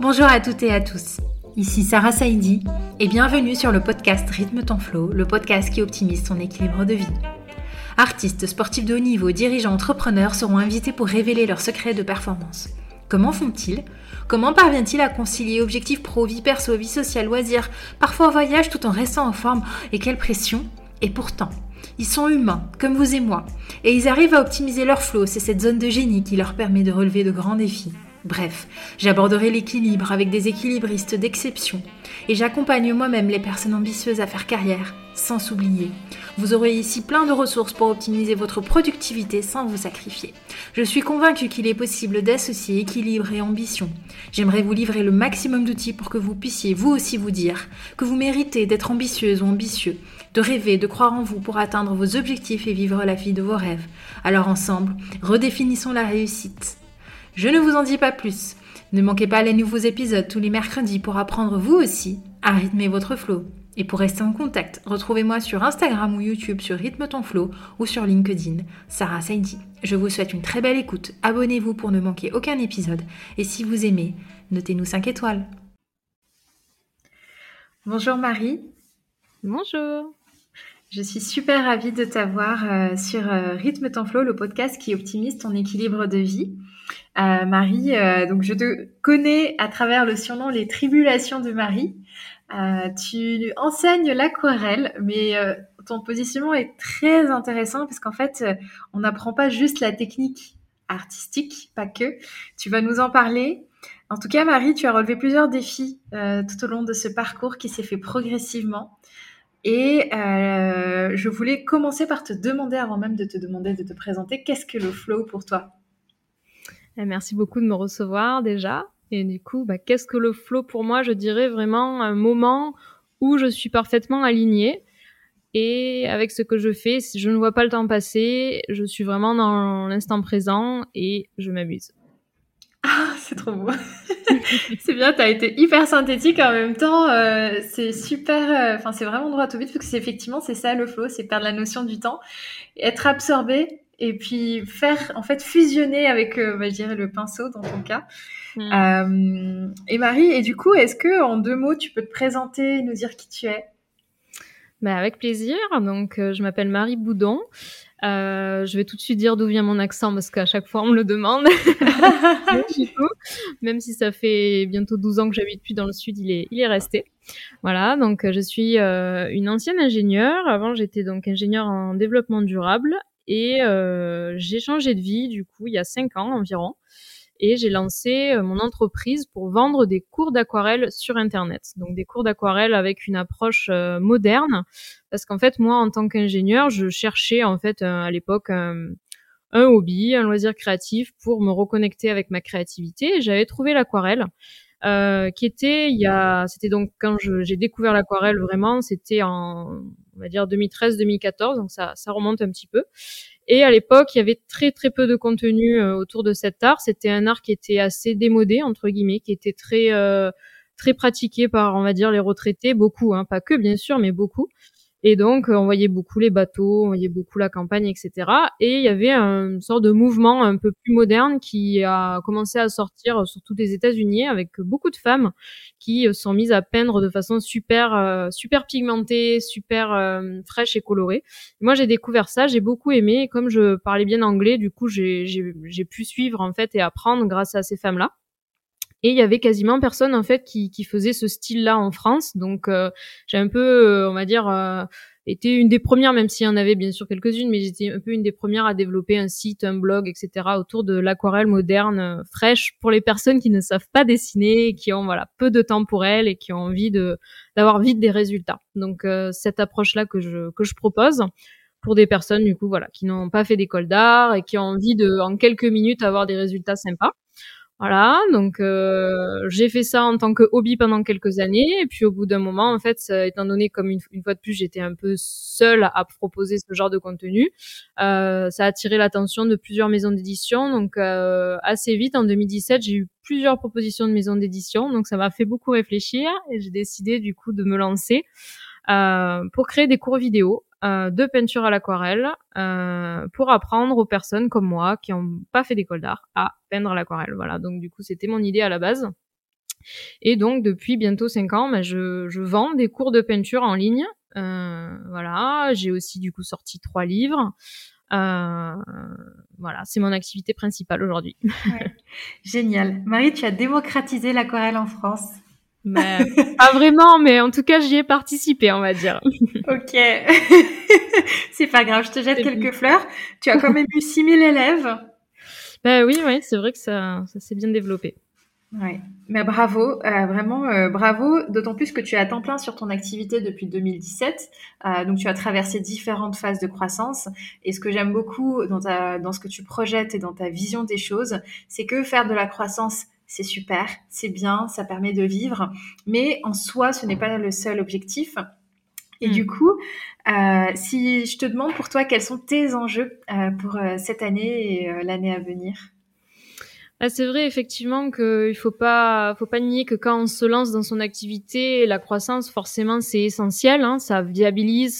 Bonjour à toutes et à tous, ici Sarah Saïdi et bienvenue sur le podcast Rythme ton flow, le podcast qui optimise ton équilibre de vie. Artistes, sportifs de haut niveau, dirigeants, entrepreneurs seront invités pour révéler leurs secrets de performance. Comment font-ils ? Comment parviennent-ils à concilier objectifs pro, vie perso, vie sociale, loisirs, parfois voyage tout en restant en forme ? Et quelle pression ? Et pourtant, ils sont humains, comme vous et moi, et ils arrivent à optimiser leur flow, c'est cette zone de génie qui leur permet de relever de grands défis. Bref, j'aborderai l'équilibre avec des équilibristes d'exception et j'accompagne moi-même les personnes ambitieuses à faire carrière, sans s'oublier. Vous aurez ici plein de ressources pour optimiser votre productivité sans vous sacrifier. Je suis convaincue qu'il est possible d'associer équilibre et ambition. J'aimerais vous livrer le maximum d'outils pour que vous puissiez vous aussi vous dire que vous méritez d'être ambitieuse ou ambitieux, de rêver, de croire en vous pour atteindre vos objectifs et vivre la vie de vos rêves. Alors ensemble, redéfinissons la réussite. Je ne vous en dis pas plus. Ne manquez pas les nouveaux épisodes tous les mercredis pour apprendre vous aussi à rythmer votre flow. Et pour rester en contact, retrouvez-moi sur Instagram ou YouTube sur Rythme ton flow ou sur LinkedIn, Sarah Saïdi. Je vous souhaite une très belle écoute. Abonnez-vous pour ne manquer aucun épisode. Et si vous aimez, notez-nous 5 étoiles. Bonjour Marie. Bonjour. Je suis super ravie de t'avoir sur Rythme ton flow, le podcast qui optimise ton équilibre de vie. Marie, donc je te connais à travers le surnom Les Tribulations de Marie. Tu enseignes l'aquarelle, mais ton positionnement est très intéressant parce qu'en fait, on n'apprend pas juste la technique artistique, pas que. Tu vas nous en parler. En tout cas, Marie, tu as relevé plusieurs défis tout au long de ce parcours qui s'est fait progressivement. Et je voulais commencer par te demander, avant même de te demander de te présenter, qu'est-ce que le flow pour toi ? Merci beaucoup de me recevoir déjà. Et du coup, qu'est-ce que le flow pour moi ? Je dirais vraiment un moment où je suis parfaitement alignée. Et avec ce que je fais, je ne vois pas le temps passer. Je suis vraiment dans l'instant présent et je m'amuse. Ah, c'est trop beau. C'est bien, tu as été hyper synthétique en même temps. C'est super, c'est vraiment droit au but parce que effectivement, c'est ça le flow, c'est perdre la notion du temps, être absorbé et puis faire, en fait, fusionner avec, je dirais, le pinceau dans ton cas. Et Marie, et du coup, est-ce que en 2 mots, tu peux te présenter, nous dire qui tu es ? Avec plaisir. Donc, je m'appelle Marie Boudon. Je vais tout de suite dire d'où vient mon accent parce qu'à chaque fois on me le demande. Même si ça fait bientôt 12 ans que j'habite plus dans le sud, il est resté. Voilà, donc je suis une ancienne ingénieure. Avant, j'étais donc ingénieure en développement durable et j'ai changé de vie du coup il y a 5 ans environ. Et j'ai lancé mon entreprise pour vendre des cours d'aquarelle sur Internet. Donc des cours d'aquarelle avec une approche moderne, parce qu'en fait moi en tant qu'ingénieure, je cherchais en fait à l'époque un hobby, un loisir créatif pour me reconnecter avec ma créativité. Et j'avais trouvé l'aquarelle, qui était c'était donc quand j'ai découvert l'aquarelle vraiment, c'était en on va dire 2013-2014, donc ça remonte un petit peu. Et à l'époque, il y avait très très peu de contenu autour de cet art. C'était un art qui était assez démodé entre guillemets, qui était très pratiqué par, on va dire, les retraités, beaucoup, pas que bien sûr, mais beaucoup. Et donc, on voyait beaucoup les bateaux, on voyait beaucoup la campagne, etc. Et il y avait une sorte de mouvement un peu plus moderne qui a commencé à sortir, surtout des États-Unis, avec beaucoup de femmes qui sont mises à peindre de façon super pigmentée, super fraîche et colorée. Et moi, j'ai découvert ça, j'ai beaucoup aimé. Et comme je parlais bien anglais, du coup, j'ai pu suivre en fait et apprendre grâce à ces femmes-là. Et il y avait quasiment personne en fait qui faisait ce style-là en France. Donc j'ai un peu, on va dire, été une des premières, même s'il y en avait bien sûr quelques-unes, mais j'étais un peu une des premières à développer un site, un blog, etc. autour de l'aquarelle moderne, fraîche pour les personnes qui ne savent pas dessiner, qui ont peu de temps pour elles et qui ont envie d'avoir vite des résultats. Donc cette approche-là que je propose pour des personnes du coup qui n'ont pas fait d'école d'art et qui ont envie de en quelques minutes avoir des résultats sympas. Voilà, donc j'ai fait ça en tant que hobby pendant quelques années et puis au bout d'un moment, en fait, étant donné comme une fois de plus, j'étais un peu seule à proposer ce genre de contenu, ça a attiré l'attention de plusieurs maisons d'édition. Donc assez vite, en 2017, j'ai eu plusieurs propositions de maisons d'édition, donc ça m'a fait beaucoup réfléchir et j'ai décidé du coup de me lancer pour créer des cours vidéo de peinture à l'aquarelle pour apprendre aux personnes comme moi qui n'ont pas fait d'école d'art à peindre à l'aquarelle. Voilà, donc du coup c'était mon idée à la base. Et donc depuis bientôt 5 ans, je vends des cours de peinture en ligne. Voilà, j'ai aussi du coup sorti 3 livres. Voilà, c'est mon activité principale aujourd'hui. Ouais. Génial. Marie, tu as démocratisé l'aquarelle en France. Mais pas vraiment, mais en tout cas, j'y ai participé, on va dire. Ok. C'est pas grave, je te jette C'est quelques bien. fleurs. Tu as quand même eu 6000 élèves. Oui, c'est vrai que ça s'est bien développé. Ouais, mais bravo, vraiment bravo, d'autant plus que tu es à temps plein sur ton activité depuis 2017, donc tu as traversé différentes phases de croissance. Et ce que j'aime beaucoup dans ce que tu projettes et dans ta vision des choses, c'est que faire de la croissance, c'est super, c'est bien, ça permet de vivre, mais en soi, ce n'est pas le seul objectif. Et du coup, si je te demande pour toi, quels sont tes enjeux pour cette année et l'année à venir? C'est vrai effectivement qu'il faut pas nier que quand on se lance dans son activité, la croissance forcément c'est essentiel, hein, ça viabilise,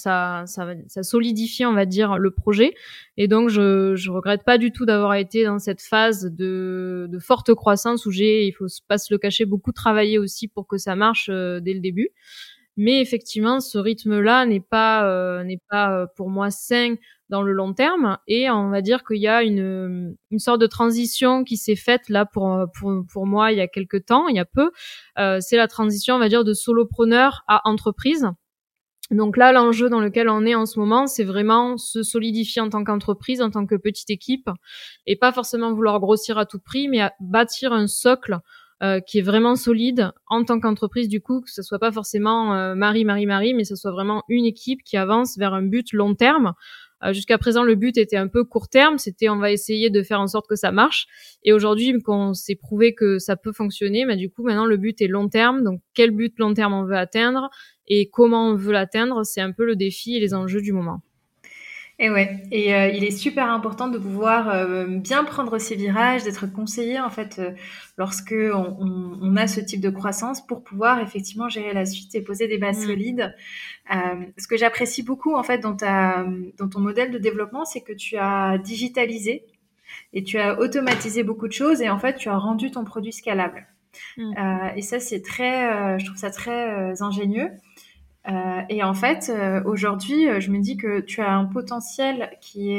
ça solidifie on va dire le projet. Et donc je regrette pas du tout d'avoir été dans cette phase de forte croissance où il faut pas se le cacher, beaucoup travailler aussi pour que ça marche dès le début. Mais effectivement, ce rythme-là n'est pas pour moi sain dans le long terme. Et on va dire qu'il y a une sorte de transition qui s'est faite là pour moi il y a quelque temps, il y a peu. C'est la transition, on va dire, de solopreneur à entreprise. Donc là, l'enjeu dans lequel on est en ce moment, c'est vraiment se solidifier en tant qu'entreprise, en tant que petite équipe, et pas forcément vouloir grossir à tout prix, mais à bâtir un socle qui est vraiment solide en tant qu'entreprise, du coup, que ce soit pas forcément Marie, mais ce soit vraiment une équipe qui avance vers un but long terme. Jusqu'à présent, le but était un peu court terme, c'était on va essayer de faire en sorte que ça marche. Et aujourd'hui, qu'on s'est prouvé que ça peut fonctionner, du coup, maintenant, le but est long terme. Donc, quel but long terme on veut atteindre et comment on veut l'atteindre, c'est un peu le défi et les enjeux du moment. Et ouais, et il est super important de pouvoir bien prendre ses virages, d'être conseillé en fait lorsque on a ce type de croissance pour pouvoir effectivement gérer la suite et poser des bases solides. Ce que j'apprécie beaucoup en fait dans ton modèle de développement, c'est que tu as digitalisé et tu as automatisé beaucoup de choses et en fait tu as rendu ton produit scalable. Et ça c'est très, je trouve ça très ingénieux. Et en fait, aujourd'hui, je me dis que tu as un potentiel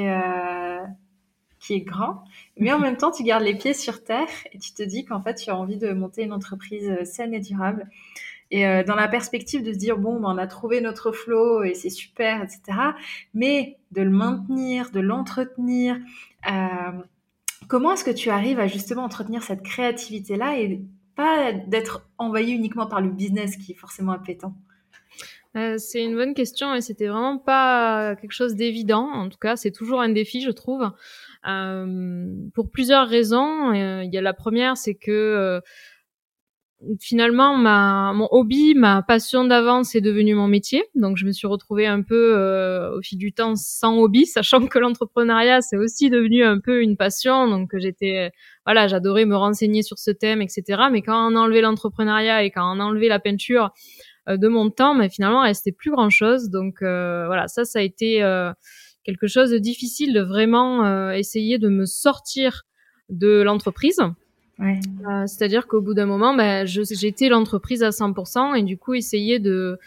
qui est grand, mais en même temps, tu gardes les pieds sur terre et tu te dis qu'en fait, tu as envie de monter une entreprise saine et durable. Et dans la perspective de se dire, bon, on a trouvé notre flow et c'est super, etc. Mais de le maintenir, de l'entretenir, comment est-ce que tu arrives à justement entretenir cette créativité-là et pas d'être envahi uniquement par le business qui est forcément appétant? C'est une bonne question et c'était vraiment pas quelque chose d'évident. En tout cas, c'est toujours un défi, je trouve, pour plusieurs raisons. Il y a la première, c'est que finalement, mon hobby, ma passion d'avant, c'est devenu mon métier. Donc, je me suis retrouvée un peu au fil du temps sans hobby, sachant que l'entrepreneuriat, c'est aussi devenu un peu une passion. Donc, j'adorais me renseigner sur ce thème, etc. Mais quand on a enlevé l'entrepreneuriat et quand on a enlevé la peinture de mon temps, mais finalement, il restait plus grand-chose. Donc, ça a été quelque chose de difficile de vraiment essayer de me sortir de l'entreprise. Ouais. C'est-à-dire qu'au bout d'un moment, j'étais l'entreprise à 100% et du coup essayer de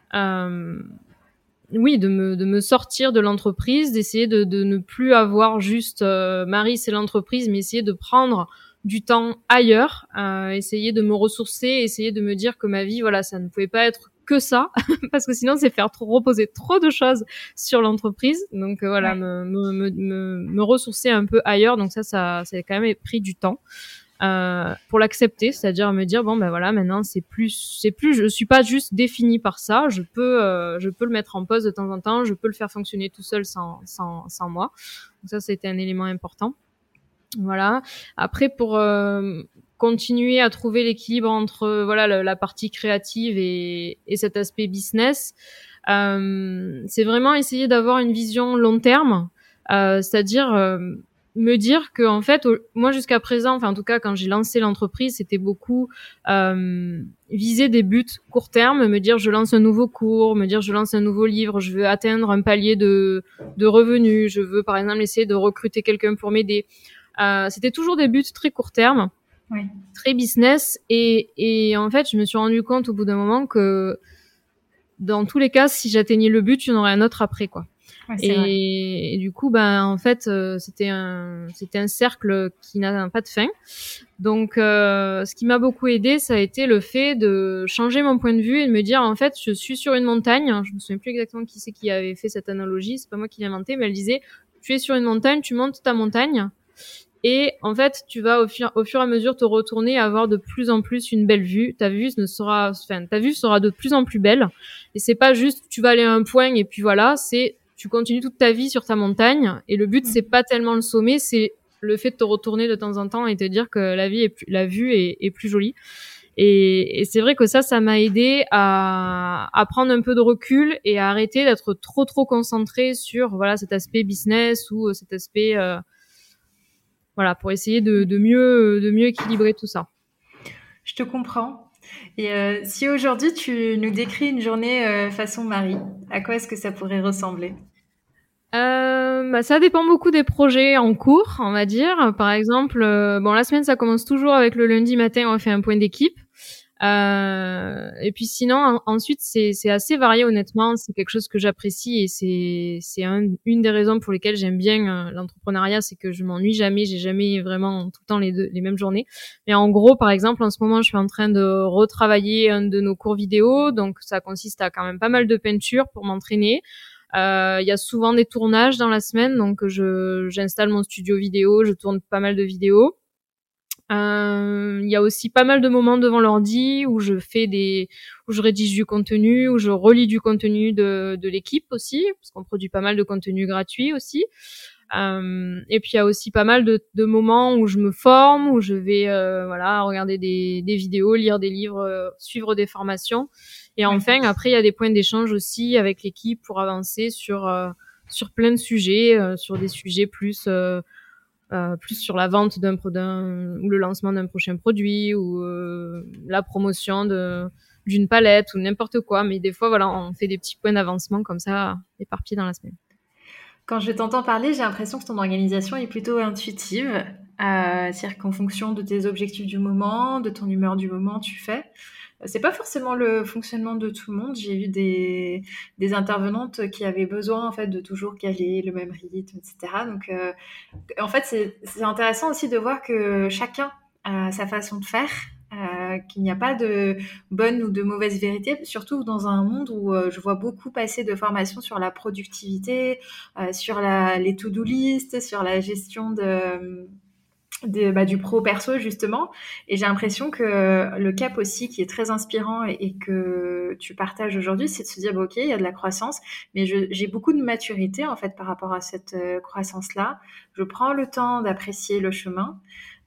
me sortir de l'entreprise, d'essayer de ne plus avoir juste Marie, c'est l'entreprise, mais essayer de prendre du temps ailleurs, essayer de me ressourcer, essayer de me dire que ma vie, voilà, ça ne pouvait pas être que ça, parce que sinon c'est faire reposer trop de choses sur l'entreprise. Donc Ouais. me ressourcer un peu ailleurs. Donc ça a quand même pris du temps. Pour l'accepter, c'est-à-dire me dire bon voilà, maintenant c'est plus je suis pas juste définie par ça, je peux le mettre en pause de temps en temps, je peux le faire fonctionner tout seul sans moi. Donc ça c'était un élément important. Voilà. Après pour continuer à trouver l'équilibre entre la partie créative et cet aspect business, c'est vraiment essayer d'avoir une vision long terme, c'est-à-dire me dire que en fait moi jusqu'à présent, enfin en tout cas quand j'ai lancé l'entreprise, c'était beaucoup viser des buts court terme, me dire je lance un nouveau cours, me dire je lance un nouveau livre, je veux atteindre un palier de revenus, je veux par exemple essayer de recruter quelqu'un pour m'aider. C'était toujours des buts très court terme. Oui. très business. Et en fait, je me suis rendu compte au bout d'un moment que dans tous les cas, si j'atteignais le but, il y en aurait un autre après, quoi. Ouais, c'est vrai. Et du coup, ben, en fait, c'était un cercle qui n'a pas de fin. Donc, ce qui m'a beaucoup aidé, ça a été le fait de changer mon point de vue et de me dire, en fait, je suis sur une montagne. Je me souviens plus exactement qui c'est qui avait fait cette analogie. C'est pas moi qui l'ai inventé, mais elle disait, tu es sur une montagne, tu montes ta montagne. Et en fait, tu vas au fur et à mesure te retourner et avoir de plus en plus une belle vue. Ta vue sera de plus en plus belle. Et c'est pas juste tu vas aller à un point et puis voilà, c'est tu continues toute ta vie sur ta montagne. Et le but, c'est pas tellement le sommet, c'est le fait de te retourner de temps en temps et te dire que la vue est plus jolie. Et c'est vrai que ça m'a aidé à prendre un peu de recul et à arrêter d'être trop concentré sur voilà cet aspect business ou cet aspect voilà, pour essayer de mieux équilibrer tout ça. Je te comprends. Et si aujourd'hui tu nous décris une journée façon Marie, à quoi est-ce que ça pourrait ressembler? Bah, ça dépend beaucoup des projets en cours, on va dire. Par exemple, bon, la semaine, ça commence toujours avec le lundi matin, on fait un point d'équipe. Et puis sinon, ensuite, c'est assez varié, honnêtement. C'est quelque chose que j'apprécie et c'est une des raisons pour lesquelles j'aime bien l'entrepreneuriat, c'est que je m'ennuie jamais, j'ai jamais vraiment tout le temps les mêmes journées. Mais en gros, par exemple, en ce moment, je suis en train de retravailler un de nos cours vidéo, donc ça consiste à quand même pas mal de peinture pour m'entraîner. Il y a souvent des tournages dans la semaine, donc j'installe mon studio vidéo, je tourne pas mal de vidéos. Il y a aussi pas mal de moments devant l'ordi où je rédige du contenu, où je relis du contenu de l'équipe aussi, parce qu'on produit pas mal de contenu gratuit aussi. Et puis il y a aussi pas mal de moments où je me forme, où je vais voilà regarder des vidéos, lire des livres, suivre des formations. Et enfin après il y a des points d'échange aussi avec l'équipe pour avancer sur plein de sujets, sur des sujets plus sur la vente ou le lancement d'un prochain produit ou la promotion d'une palette ou n'importe quoi. Mais des fois, voilà, on fait des petits points d'avancement comme ça, éparpillés dans la semaine. Quand je t'entends parler, j'ai l'impression que ton organisation est plutôt intuitive. C'est-à-dire qu'en fonction de tes objectifs du moment, de ton humeur du moment, tu fais. C'est pas forcément le fonctionnement de tout le monde. J'ai vu des intervenantes qui avaient besoin en fait de toujours caler le même rythme, etc. Donc en fait c'est intéressant aussi de voir que chacun a sa façon de faire. Qu'il n'y a pas de bonne ou de mauvaise vérité, surtout dans un monde où je vois beaucoup passer de formations sur la productivité, sur les to-do list, sur la gestion du pro perso justement. Et j'ai l'impression que le cap aussi qui est très inspirant et que tu partages aujourd'hui, c'est de se dire ok, il y a de la croissance, mais j'ai beaucoup de maturité en fait par rapport à cette croissance là. Je prends le temps d'apprécier le chemin.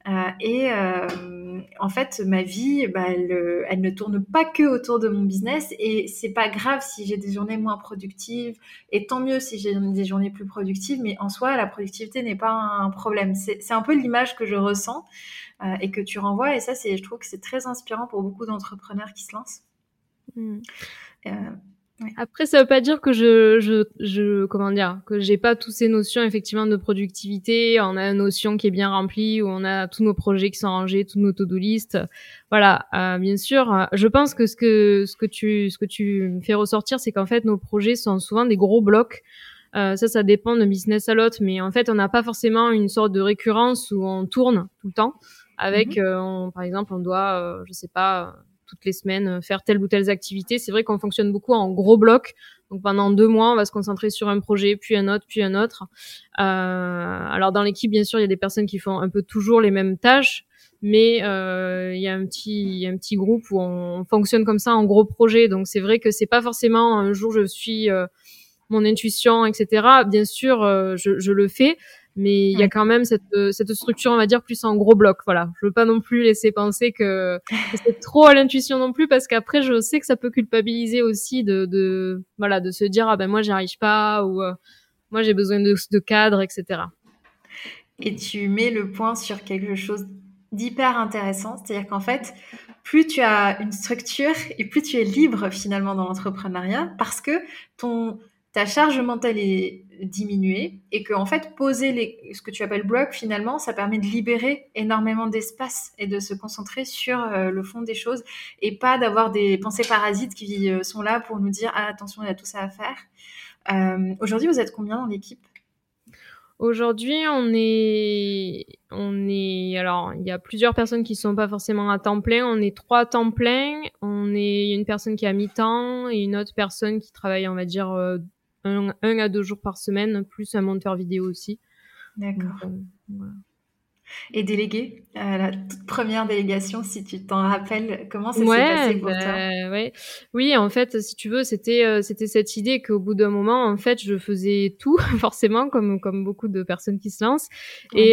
En fait, ma vie, elle ne tourne pas que autour de mon business et c'est pas grave si j'ai des journées moins productives et tant mieux si j'ai des journées plus productives, mais en soi, la productivité n'est pas un problème. C'est un peu l'image que je ressens et que tu renvoies et ça, je trouve que c'est très inspirant pour beaucoup d'entrepreneurs qui se lancent. Ouais. Après, ça veut pas dire que comment dire, que j'ai pas toutes ces notions effectivement de productivité. On a une notion qui est bien remplie, où on a tous nos projets qui sont rangés, tous nos to-do list. Voilà, bien sûr. Je pense que ce que tu me fais ressortir, c'est qu'en fait nos projets sont souvent des gros blocs. Ça dépend de business à l'autre, mais en fait, on n'a pas forcément une sorte de récurrence où on tourne tout le temps. Avec, par exemple, on doit, je sais pas, toutes les semaines faire telle ou telle activité. C'est vrai qu'on fonctionne beaucoup en gros blocs. Donc pendant 2 mois, on va se concentrer sur un projet, puis un autre, puis un autre. Alors dans l'équipe, bien sûr, il y a des personnes qui font un peu toujours les mêmes tâches, mais il y a un petit groupe où on fonctionne comme ça en gros projet. Donc c'est vrai que c'est pas forcément un jour je suis mon intuition, etc. Bien sûr, je le fais. Mais il y a quand même cette structure, on va dire, plus en gros bloc. Voilà. Je veux pas non plus laisser penser que c'est trop à l'intuition non plus, parce qu'après, je sais que ça peut culpabiliser aussi de se dire, ah ben, moi, j'y arrive pas, ou, moi, j'ai besoin de cadre, etc. Et tu mets le point sur quelque chose d'hyper intéressant. C'est-à-dire qu'en fait, plus tu as une structure et plus tu es libre finalement dans l'entrepreneuriat parce que ta charge mentale est diminuée et que en fait poser ce que tu appelles bloc finalement ça permet de libérer énormément d'espace et de se concentrer sur le fond des choses et pas d'avoir des pensées parasites qui sont là pour nous dire ah attention il y a tout ça à faire. Aujourd'hui vous êtes combien dans l'équipe? Aujourd'hui, alors, il y a plusieurs personnes qui sont pas forcément à temps plein. On est 3 à temps plein. Il y a une personne qui est à mi-temps et une autre personne qui travaille, on va dire, 1 à 2 jours par semaine, plus un monteur vidéo aussi. D'accord. Donc, voilà. Et délégué, la toute première délégation, si tu t'en rappelles, comment ça s'est passé pour toi? Ouais. Oui, en fait, si tu veux, c'était cette idée qu'au bout d'un moment, en fait, je faisais tout, forcément, comme beaucoup de personnes qui se lancent. Ouais.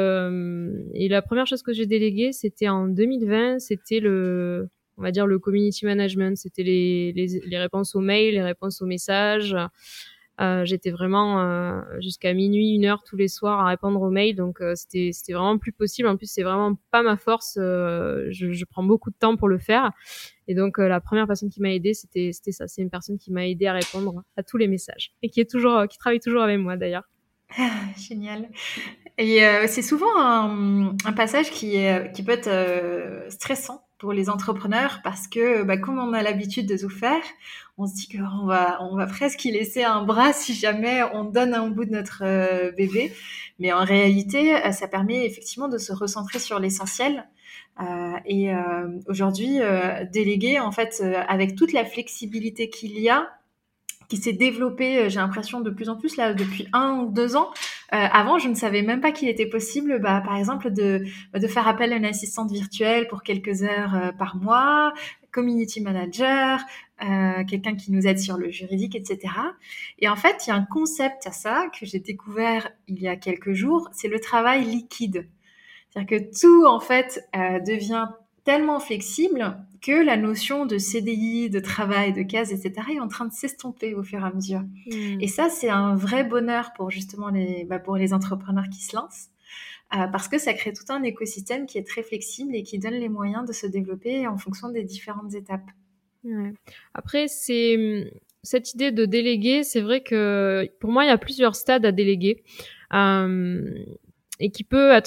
Et la première chose que j'ai déléguée, c'était en 2020, c'était on va dire le community management, c'était les réponses aux mails, les réponses aux messages. J'étais vraiment jusqu'à minuit, 1h tous les soirs à répondre aux mails, donc c'était vraiment plus possible. En plus, c'est vraiment pas ma force. Je prends beaucoup de temps pour le faire, et donc la première personne qui m'a aidée, c'était ça. C'est une personne qui m'a aidée à répondre à tous les messages et qui travaille toujours avec moi d'ailleurs. Génial. Et c'est souvent un passage qui peut être stressant pour les entrepreneurs parce que comme on a l'habitude de tout faire, on se dit qu'on va presque y laisser un bras si jamais on donne un bout de notre bébé. Mais en réalité, ça permet effectivement de se recentrer sur l'essentiel. Et aujourd'hui, déléguer, en fait, avec toute la flexibilité qu'il y a, qui s'est développée, j'ai l'impression, de plus en plus là depuis 1 ou 2 ans. Avant, je ne savais même pas qu'il était possible, par exemple, de faire appel à une assistante virtuelle pour quelques heures par mois, community manager, quelqu'un qui nous aide sur le juridique, etc. Et en fait, il y a un concept à ça que j'ai découvert il y a quelques jours, c'est le travail liquide. C'est-à-dire que tout, en fait, devient tellement flexible que la notion de CDI, de travail, de case, etc. est en train de s'estomper au fur et à mesure. Et ça, c'est un vrai bonheur pour justement pour les entrepreneurs qui se lancent, parce que ça crée tout un écosystème qui est très flexible et qui donne les moyens de se développer en fonction des différentes étapes. Ouais. Après, cette idée de déléguer, c'est vrai que pour moi, il y a plusieurs stades à déléguer. Et qui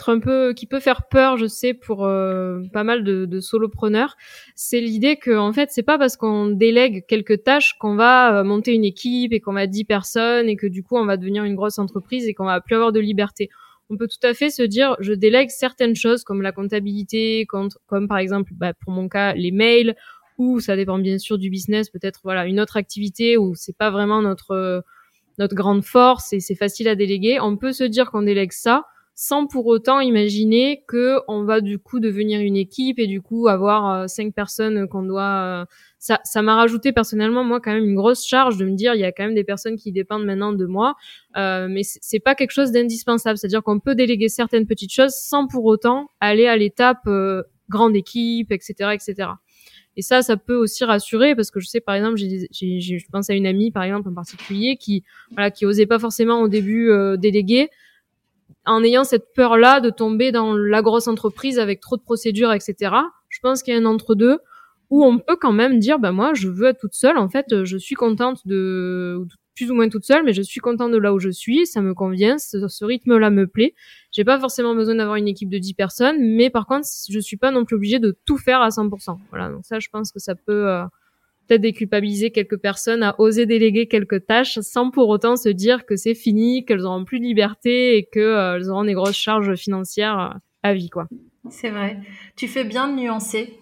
peut faire peur, je sais, pour pas mal de solopreneurs. C'est l'idée que, en fait, c'est pas parce qu'on délègue quelques tâches qu'on va monter une équipe et qu'on va 10 personnes et que du coup on va devenir une grosse entreprise et qu'on va plus avoir de liberté. On peut tout à fait se dire, je délègue certaines choses comme la comptabilité, comme par exemple, pour mon cas, les mails, ou ça dépend bien sûr du business, peut-être voilà une autre activité où c'est pas vraiment notre grande force et c'est facile à déléguer. On peut se dire qu'on délègue ça, sans pour autant imaginer que on va du coup devenir une équipe et du coup avoir 5 personnes qu'on doit. Ça m'a rajouté personnellement moi quand même une grosse charge de me dire il y a quand même des personnes qui dépendent maintenant de moi, mais c'est pas quelque chose d'indispensable. C'est-à-dire qu'on peut déléguer certaines petites choses sans pour autant aller à l'étape grande équipe, etc., etc. Et ça peut aussi rassurer parce que je sais, par exemple, je pense à une amie, par exemple, en particulier, qui osait pas forcément au début déléguer, en ayant cette peur-là de tomber dans la grosse entreprise avec trop de procédures, etc. Je pense qu'il y a un entre-deux où on peut quand même dire, moi, je veux être toute seule. En fait, je suis contente plus ou moins toute seule, mais je suis contente de là où je suis, ça me convient, ce rythme-là me plaît. J'ai pas forcément besoin d'avoir une équipe de 10 personnes, mais par contre, je suis pas non plus obligée de tout faire à 100%. Voilà, donc ça, je pense que ça peut peut-être déculpabiliser quelques personnes à oser déléguer quelques tâches sans pour autant se dire que c'est fini, qu'elles auront plus de liberté et que elles auront des grosses charges financières à vie, quoi. C'est vrai. Tu fais bien de nuancer.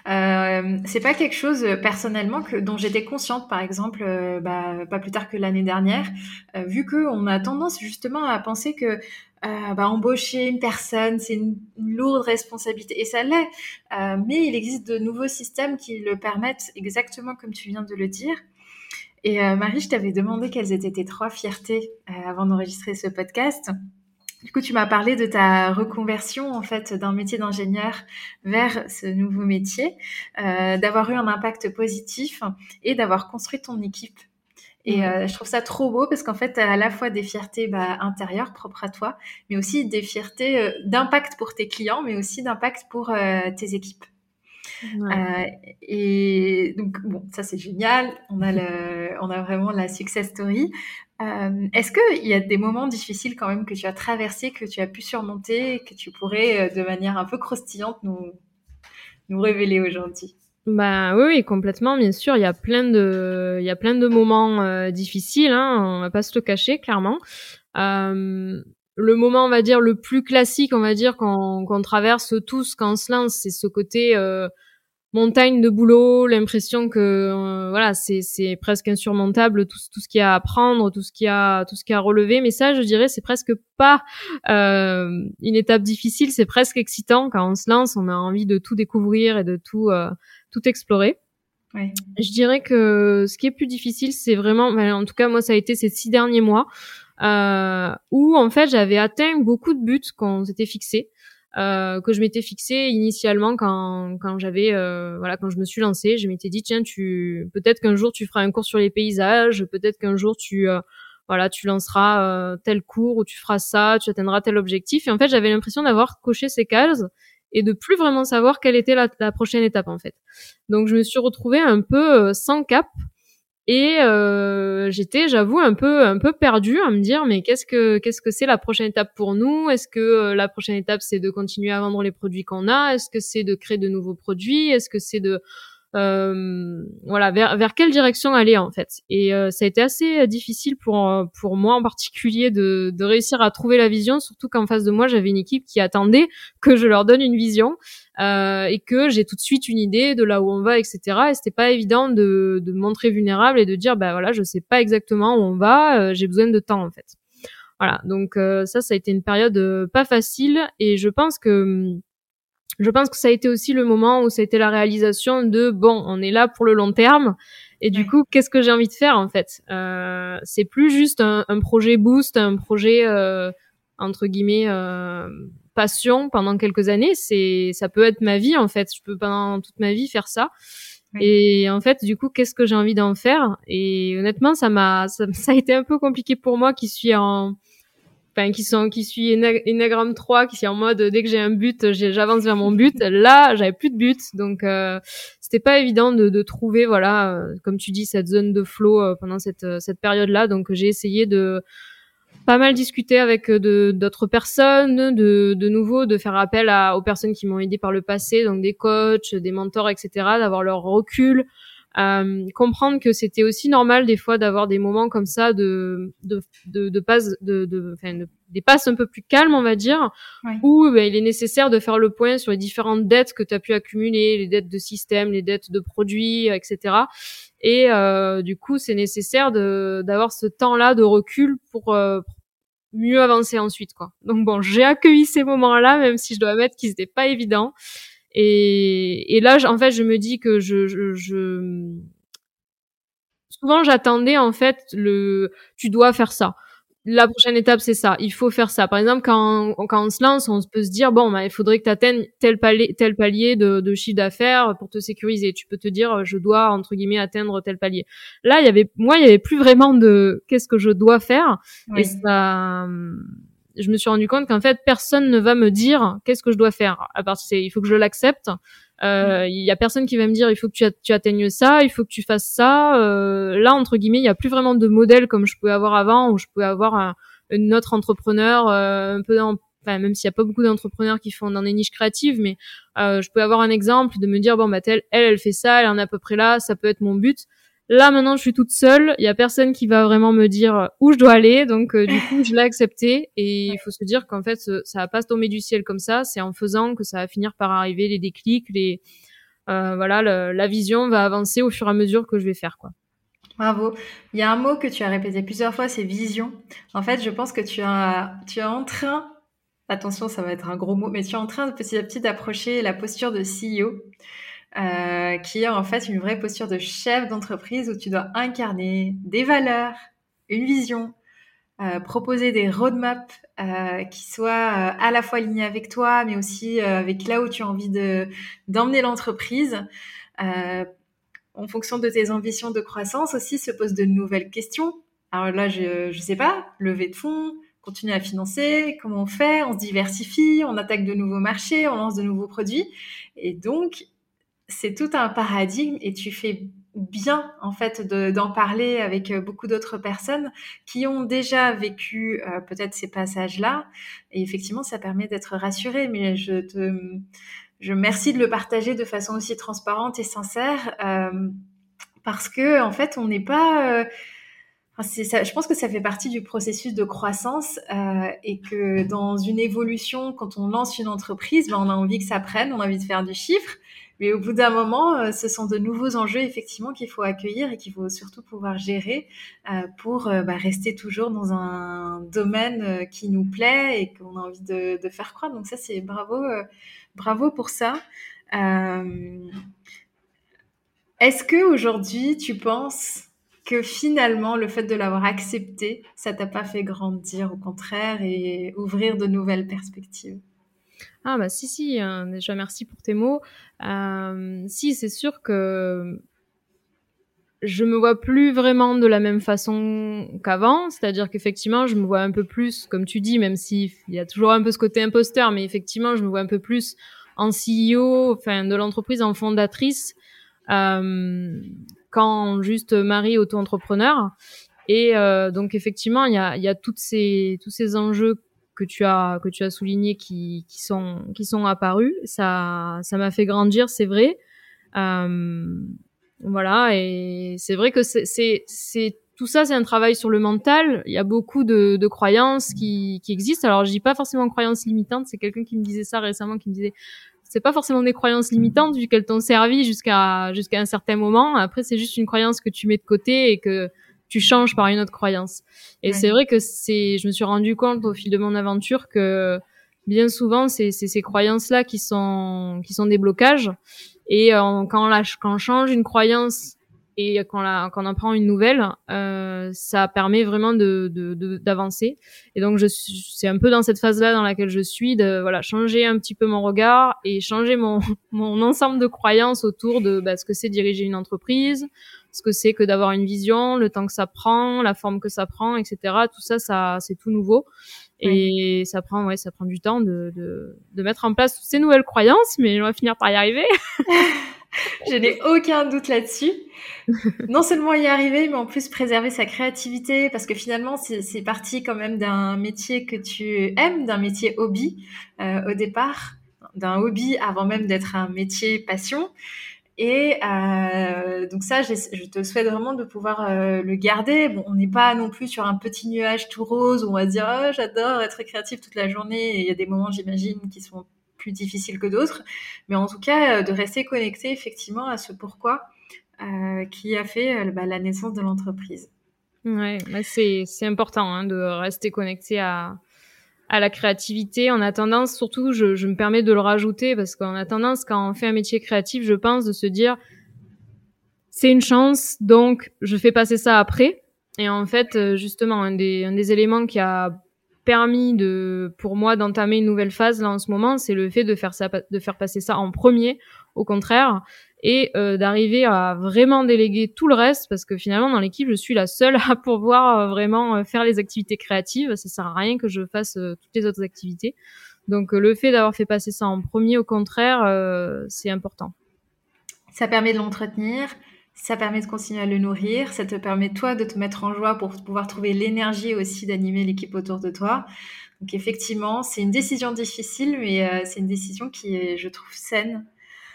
C'est pas quelque chose personnellement dont j'étais consciente, par exemple, pas plus tard que l'année dernière, vu que on a tendance justement à penser que embaucher une personne, c'est une lourde responsabilité, et ça l'est. Mais il existe de nouveaux systèmes qui le permettent, exactement comme tu viens de le dire. Et Marie, je t'avais demandé quelles étaient tes 3 fiertés avant d'enregistrer ce podcast. Du coup, tu m'as parlé de ta reconversion, en fait, d'un métier d'ingénieur vers ce nouveau métier, d'avoir eu un impact positif et d'avoir construit ton équipe. Et je trouve ça trop beau parce qu'en fait, tu as à la fois des fiertés intérieures propres à toi, mais aussi des fiertés d'impact pour tes clients, mais aussi d'impact pour tes équipes. Ouais. Et donc, bon, ça c'est génial. On a vraiment la success story. Est-ce qu'il y a des moments difficiles quand même que tu as traversés, que tu as pu surmonter, que tu pourrais, de manière un peu croustillante, nous révéler aujourd'hui? Bah oui, oui, complètement, bien sûr. Il y a plein de moments difficiles, hein, on va pas se le cacher, clairement. Le moment, on va dire, le plus classique, on va dire, qu'on traverse tous quand on se lance, c'est ce côté montagne de boulot, l'impression que voilà, c'est presque insurmontable tout ce qu'il y a à apprendre, tout ce qu'il y a à relever. Mais ça, je dirais, c'est presque pas une étape difficile, c'est presque excitant quand on se lance, on a envie de tout découvrir et de tout explorer. Ouais. Je dirais que ce qui est plus difficile, c'est vraiment, en tout cas moi, ça a été ces 6 derniers mois où en fait j'avais atteint beaucoup de buts qu'on s'était fixés. Que je m'étais fixé initialement quand j'avais voilà, quand je me suis lancée, je m'étais dit tiens, peut-être qu'un jour tu feras un cours sur les paysages, peut-être qu'un jour voilà, tu lanceras tel cours ou tu feras ça, tu atteindras tel objectif. Et en fait, j'avais l'impression d'avoir coché ces cases et de plus vraiment savoir quelle était la prochaine étape en fait. Donc je me suis retrouvée un peu sans cap. Et j'étais, j'avoue, un peu perdue à me dire mais qu'est-ce que c'est la prochaine étape pour nous? Est-ce que la prochaine étape c'est de continuer à vendre les produits qu'on a? Est-ce que c'est de créer de nouveaux produits? Est-ce que c'est de voilà, vers quelle direction aller en fait? Et ça a été assez difficile pour moi en particulier de réussir à trouver la vision, surtout qu'en face de moi j'avais une équipe qui attendait que je leur donne une vision et que j'ai tout de suite une idée de là où on va, etc. Et c'était pas évident de me montrer vulnérable et de dire bah voilà, je sais pas exactement où on va, j'ai besoin de temps en fait. Voilà, donc ça a été une période pas facile et je pense que ça a été aussi le moment où ça a été la réalisation de bon, on est là pour le long terme et du coup, qu'est-ce que j'ai envie de faire en fait? C'est plus juste un projet boost, un projet entre guillemets passion pendant quelques années. Ça peut être ma vie en fait. Je peux pendant toute ma vie faire ça. Oui. Et en fait, du coup, qu'est-ce que j'ai envie d'en faire? Et honnêtement, ça a été un peu compliqué pour moi qui suis qui suis Enneagramme 3, qui est en mode dès que j'ai un but, j'avance vers mon but. Là, j'avais plus de but, donc c'était pas évident de trouver, voilà, comme tu dis, cette zone de flow pendant cette période-là. Donc j'ai essayé de pas mal discuter avec d'autres personnes, de nouveau de faire appel aux personnes qui m'ont aidé par le passé, donc des coachs, des mentors, etc., d'avoir leur recul. Comprendre que c'était aussi normal des fois d'avoir des moments comme ça des passes un peu plus calmes, on va dire, Ouais. où il est nécessaire de faire le point sur les différentes dettes que tu as pu accumuler, les dettes de système, les dettes de produits, etc. Et du coup, c'est nécessaire d'avoir ce temps-là de recul pour mieux avancer ensuite, quoi. Donc bon, j'ai accueilli ces moments-là, même si je dois admettre qu'ils n'étaient pas évidents. Et là, en fait, je me dis que souvent j'attendais en fait tu dois faire ça. La prochaine étape, c'est ça. Il faut faire ça. Par exemple, quand on se lance, on peut se dire bon, il faudrait que tu atteignes tel palier de chiffre d'affaires pour te sécuriser. Tu peux te dire je dois entre guillemets atteindre tel palier. Là, il y avait plus vraiment de qu'est-ce que je dois faire. Oui. Et ça, je me suis rendu compte qu'en fait, personne ne va me dire qu'est-ce que je dois faire. À partir, il faut que je l'accepte. Il y a personne qui va me dire il faut que tu atteignes ça, il faut que tu fasses ça. Là, entre guillemets, il y a plus vraiment de modèle comme je pouvais avoir avant, où je pouvais avoir un autre entrepreneur un peu même s'il y a pas beaucoup d'entrepreneurs qui font dans des niches créatives, mais je pouvais avoir un exemple de me dire bon elle fait ça, elle en est à peu près là, ça peut être mon but. Là, maintenant, je suis toute seule. Il y a personne qui va vraiment me dire où je dois aller. Donc, du coup, je l'ai accepté. Et il faut se dire qu'en fait, ça va pas se tomber du ciel comme ça. C'est en faisant que ça va finir par arriver, les déclics, voilà, la vision va avancer au fur et à mesure que je vais faire, quoi. Bravo. Il y a un mot que tu as répété plusieurs fois, c'est vision. En fait, je pense que tu es en train, attention, ça va être un gros mot, mais tu es en train de petit à petit d'approcher la posture de CEO. Qui est en fait une vraie posture de chef d'entreprise où tu dois incarner des valeurs, une vision, proposer des roadmaps qui soient à la fois alignés avec toi, mais aussi avec là où tu as envie d'emmener l'entreprise. En fonction de tes ambitions de croissance aussi, se posent de nouvelles questions. Alors là, je sais pas, levée de fonds, continuer à financer, comment on fait, on se diversifie, on attaque de nouveaux marchés, on lance de nouveaux produits. Et donc, c'est tout un paradigme et tu fais bien en fait d'en parler avec beaucoup d'autres personnes qui ont déjà vécu peut-être ces passages-là. Et effectivement, ça permet d'être rassuré. Mais je merci de le partager de façon aussi transparente et sincère parce que en fait, on n'est pas enfin, c'est ça, je pense que ça fait partie du processus de croissance et que dans une évolution, quand on lance une entreprise, ben, on a envie que ça prenne, on a envie de faire du chiffre. Mais au bout d'un moment, ce sont de nouveaux enjeux effectivement qu'il faut accueillir et qu'il faut surtout pouvoir gérer pour rester toujours dans un domaine qui nous plaît et qu'on a envie de faire croître. Donc ça, c'est bravo pour ça. Euh, Est-ce que aujourd'hui, tu penses que finalement, le fait de l'avoir accepté, ça t'a pas fait grandir, au contraire, et ouvrir de nouvelles perspectives? Ah bah si, déjà merci pour tes mots. Si, c'est sûr que je me vois plus vraiment de la même façon qu'avant, c'est-à-dire qu'effectivement, je me vois un peu plus, comme tu dis, même s'il y a toujours un peu ce côté imposteur, mais effectivement, je me vois un peu plus en CEO, enfin, de l'entreprise, en fondatrice, qu'en juste Marie auto-entrepreneur. Et donc effectivement, il y a tous ces enjeux que tu as soulignés qui sont apparus. Ça m'a fait grandir, c'est vrai. Euh, voilà, et c'est vrai que c'est tout ça, c'est un travail sur le mental. Il y a beaucoup de croyances qui existent. Alors, je dis pas forcément croyances limitantes. C'est quelqu'un qui me disait ça récemment, qui me disait c'est pas forcément des croyances limitantes vu qu'elles t'ont servi jusqu'à un certain moment. Après, c'est juste une croyance que tu mets de côté et que tu changes par une autre croyance. Et Ouais. c'est vrai que je me suis rendu compte au fil de mon aventure que bien souvent, c'est ces croyances-là qui sont des blocages. Et quand on change une croyance et quand on en prend une nouvelle, ça permet vraiment d'avancer. Et donc c'est un peu dans cette phase-là dans laquelle je suis, de voilà, changer un petit peu mon regard et changer mon ensemble de croyances autour de ce que c'est diriger une entreprise, ce que c'est que d'avoir une vision, le temps que ça prend, la forme que ça prend, etc. Tout ça, c'est tout nouveau. Ouais. Et ça prend du temps de mettre en place toutes ces nouvelles croyances, mais on va finir par y arriver. Je n'ai aucun doute là-dessus. Non seulement y arriver, mais en plus préserver sa créativité, parce que finalement, c'est parti quand même d'un métier que tu aimes, d'un métier hobby au départ, d'un hobby avant même d'être un métier passion. Et donc ça, je te souhaite vraiment de pouvoir le garder. Bon, on n'est pas non plus sur un petit nuage tout rose où on va dire oh, j'adore être créatif toute la journée. Et il y a des moments, j'imagine, qui sont plus difficiles que d'autres. Mais en tout cas, de rester connecté effectivement à ce pourquoi qui a fait la naissance de l'entreprise. Ouais, c'est important hein, de rester connecté à la créativité. On a tendance, surtout, je me permets de le rajouter parce qu'on a tendance, quand on fait un métier créatif, je pense, de se dire c'est une chance, donc je fais passer ça après. Et en fait, justement, un des éléments qui a permis pour moi d'entamer une nouvelle phase là en ce moment, c'est le fait de faire passer ça en premier, au contraire, et d'arriver à vraiment déléguer tout le reste, parce que finalement dans l'équipe je suis la seule à pouvoir vraiment faire les activités créatives. Ça sert à rien que je fasse toutes les autres activités. Donc le fait d'avoir fait passer ça en premier, au contraire, c'est important. Ça permet de l'entretenir, ça permet de continuer à le nourrir, ça te permet toi de te mettre en joie pour pouvoir trouver l'énergie aussi d'animer l'équipe autour de toi. Donc effectivement, c'est une décision difficile, mais c'est une décision qui est, je trouve, saine.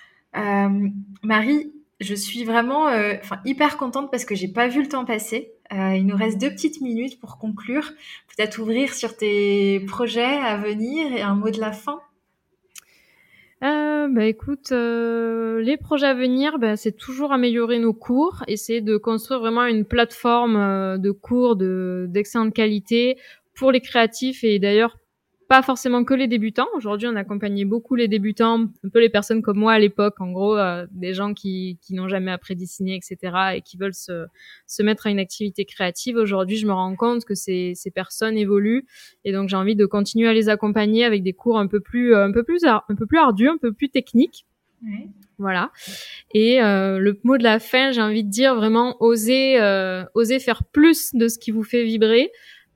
Marie, je suis vraiment hyper contente parce que j'ai pas vu le temps passer. Il nous reste 2 petites minutes pour conclure. Peut-être ouvrir sur tes projets à venir et un mot de la fin. Écoute, les projets à venir, c'est toujours améliorer nos cours, essayer de construire vraiment une plateforme de cours d'excellente qualité pour les créatifs, et d'ailleurs pas forcément que les débutants. Aujourd'hui, on accompagnait beaucoup les débutants, un peu les personnes comme moi à l'époque, en gros, des gens qui n'ont jamais appris à dessiner, etc., et qui veulent se mettre à une activité créative. Aujourd'hui, je me rends compte que ces personnes évoluent, et donc j'ai envie de continuer à les accompagner avec des cours un peu plus ardus, un peu plus techniques. Ouais. Voilà. Et le mot de la fin, j'ai envie de dire vraiment oser faire plus de ce qui vous fait vibrer.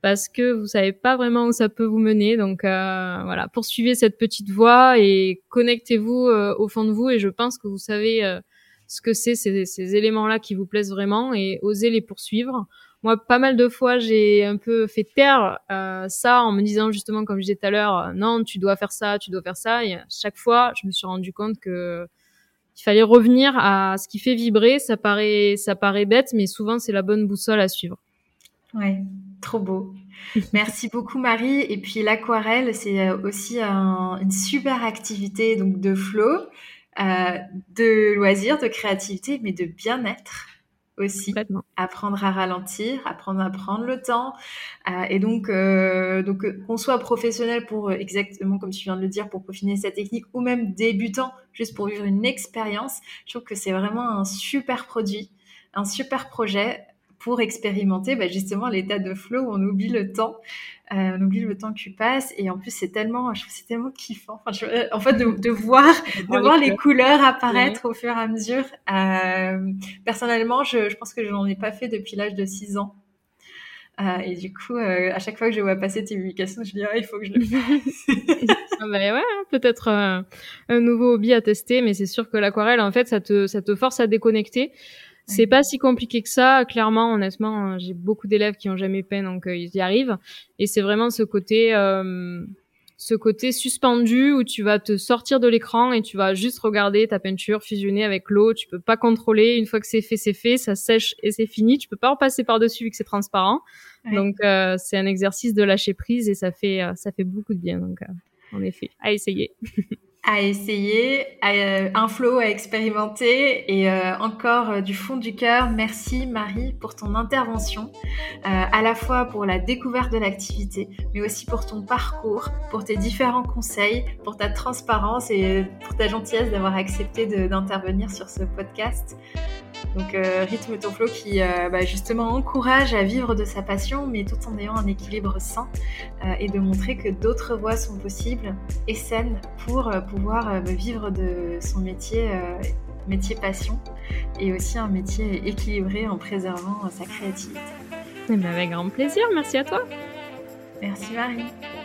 parce que vous savez pas vraiment où ça peut vous mener. Donc voilà, poursuivez cette petite voie et connectez-vous au fond de vous, et je pense que vous savez ce que c'est ces éléments-là qui vous plaisent vraiment, et osez les poursuivre. Moi, pas mal de fois, j'ai un peu fait taire ça en me disant justement, comme je disais tout à l'heure, non, tu dois faire ça, tu dois faire ça. Et à chaque fois, je me suis rendu compte que il fallait revenir à ce qui fait vibrer. Ça paraît bête, mais souvent, c'est la bonne boussole à suivre. Ouais, trop beau. Merci beaucoup Marie. Et puis l'aquarelle, c'est aussi une super activité donc de flow, de loisirs, de créativité, mais de bien-être aussi. Complètement. Apprendre à ralentir, apprendre à prendre le temps. Et donc qu'on soit professionnel pour exactement comme tu viens de le dire, pour peaufiner sa technique, ou même débutant, juste pour vivre une expérience, je trouve que c'est vraiment un super produit, un super projet pour expérimenter justement l'état de flow où on oublie le temps qui passe, et en plus je trouve que c'est tellement kiffant, en fait de voir les couleurs apparaître au fur et à mesure. Personnellement je pense que je n'en ai pas fait depuis l'âge de 6 ans, et du coup à chaque fois que je vois passer tes publications, je me dis il faut que je le fasse. Ouais, peut-être un nouveau hobby à tester, mais c'est sûr que l'aquarelle, en fait, ça te force à déconnecter. C'est pas si compliqué que ça, clairement, honnêtement. J'ai beaucoup d'élèves qui ont jamais peint, donc ils y arrivent. Et c'est vraiment ce côté suspendu où tu vas te sortir de l'écran et tu vas juste regarder ta peinture fusionner avec l'eau. Tu peux pas contrôler. Une fois que c'est fait, ça sèche et c'est fini. Tu peux pas repasser par-dessus vu que c'est transparent. Ouais. Donc c'est un exercice de lâcher prise, et ça fait beaucoup de bien. Donc en effet, à essayer. Un flow à expérimenter, et encore du fond du cœur, merci Marie pour ton intervention, à la fois pour la découverte de l'activité, mais aussi pour ton parcours, pour tes différents conseils, pour ta transparence et pour ta gentillesse d'avoir accepté d'intervenir sur ce podcast. Donc Rythme ton flow qui justement encourage à vivre de sa passion, mais tout en ayant un équilibre sain, et de montrer que d'autres voies sont possibles et saines pour pouvoir vivre de son métier passion, et aussi un métier équilibré en préservant sa créativité. Avec grand plaisir, merci à toi. Merci Marie.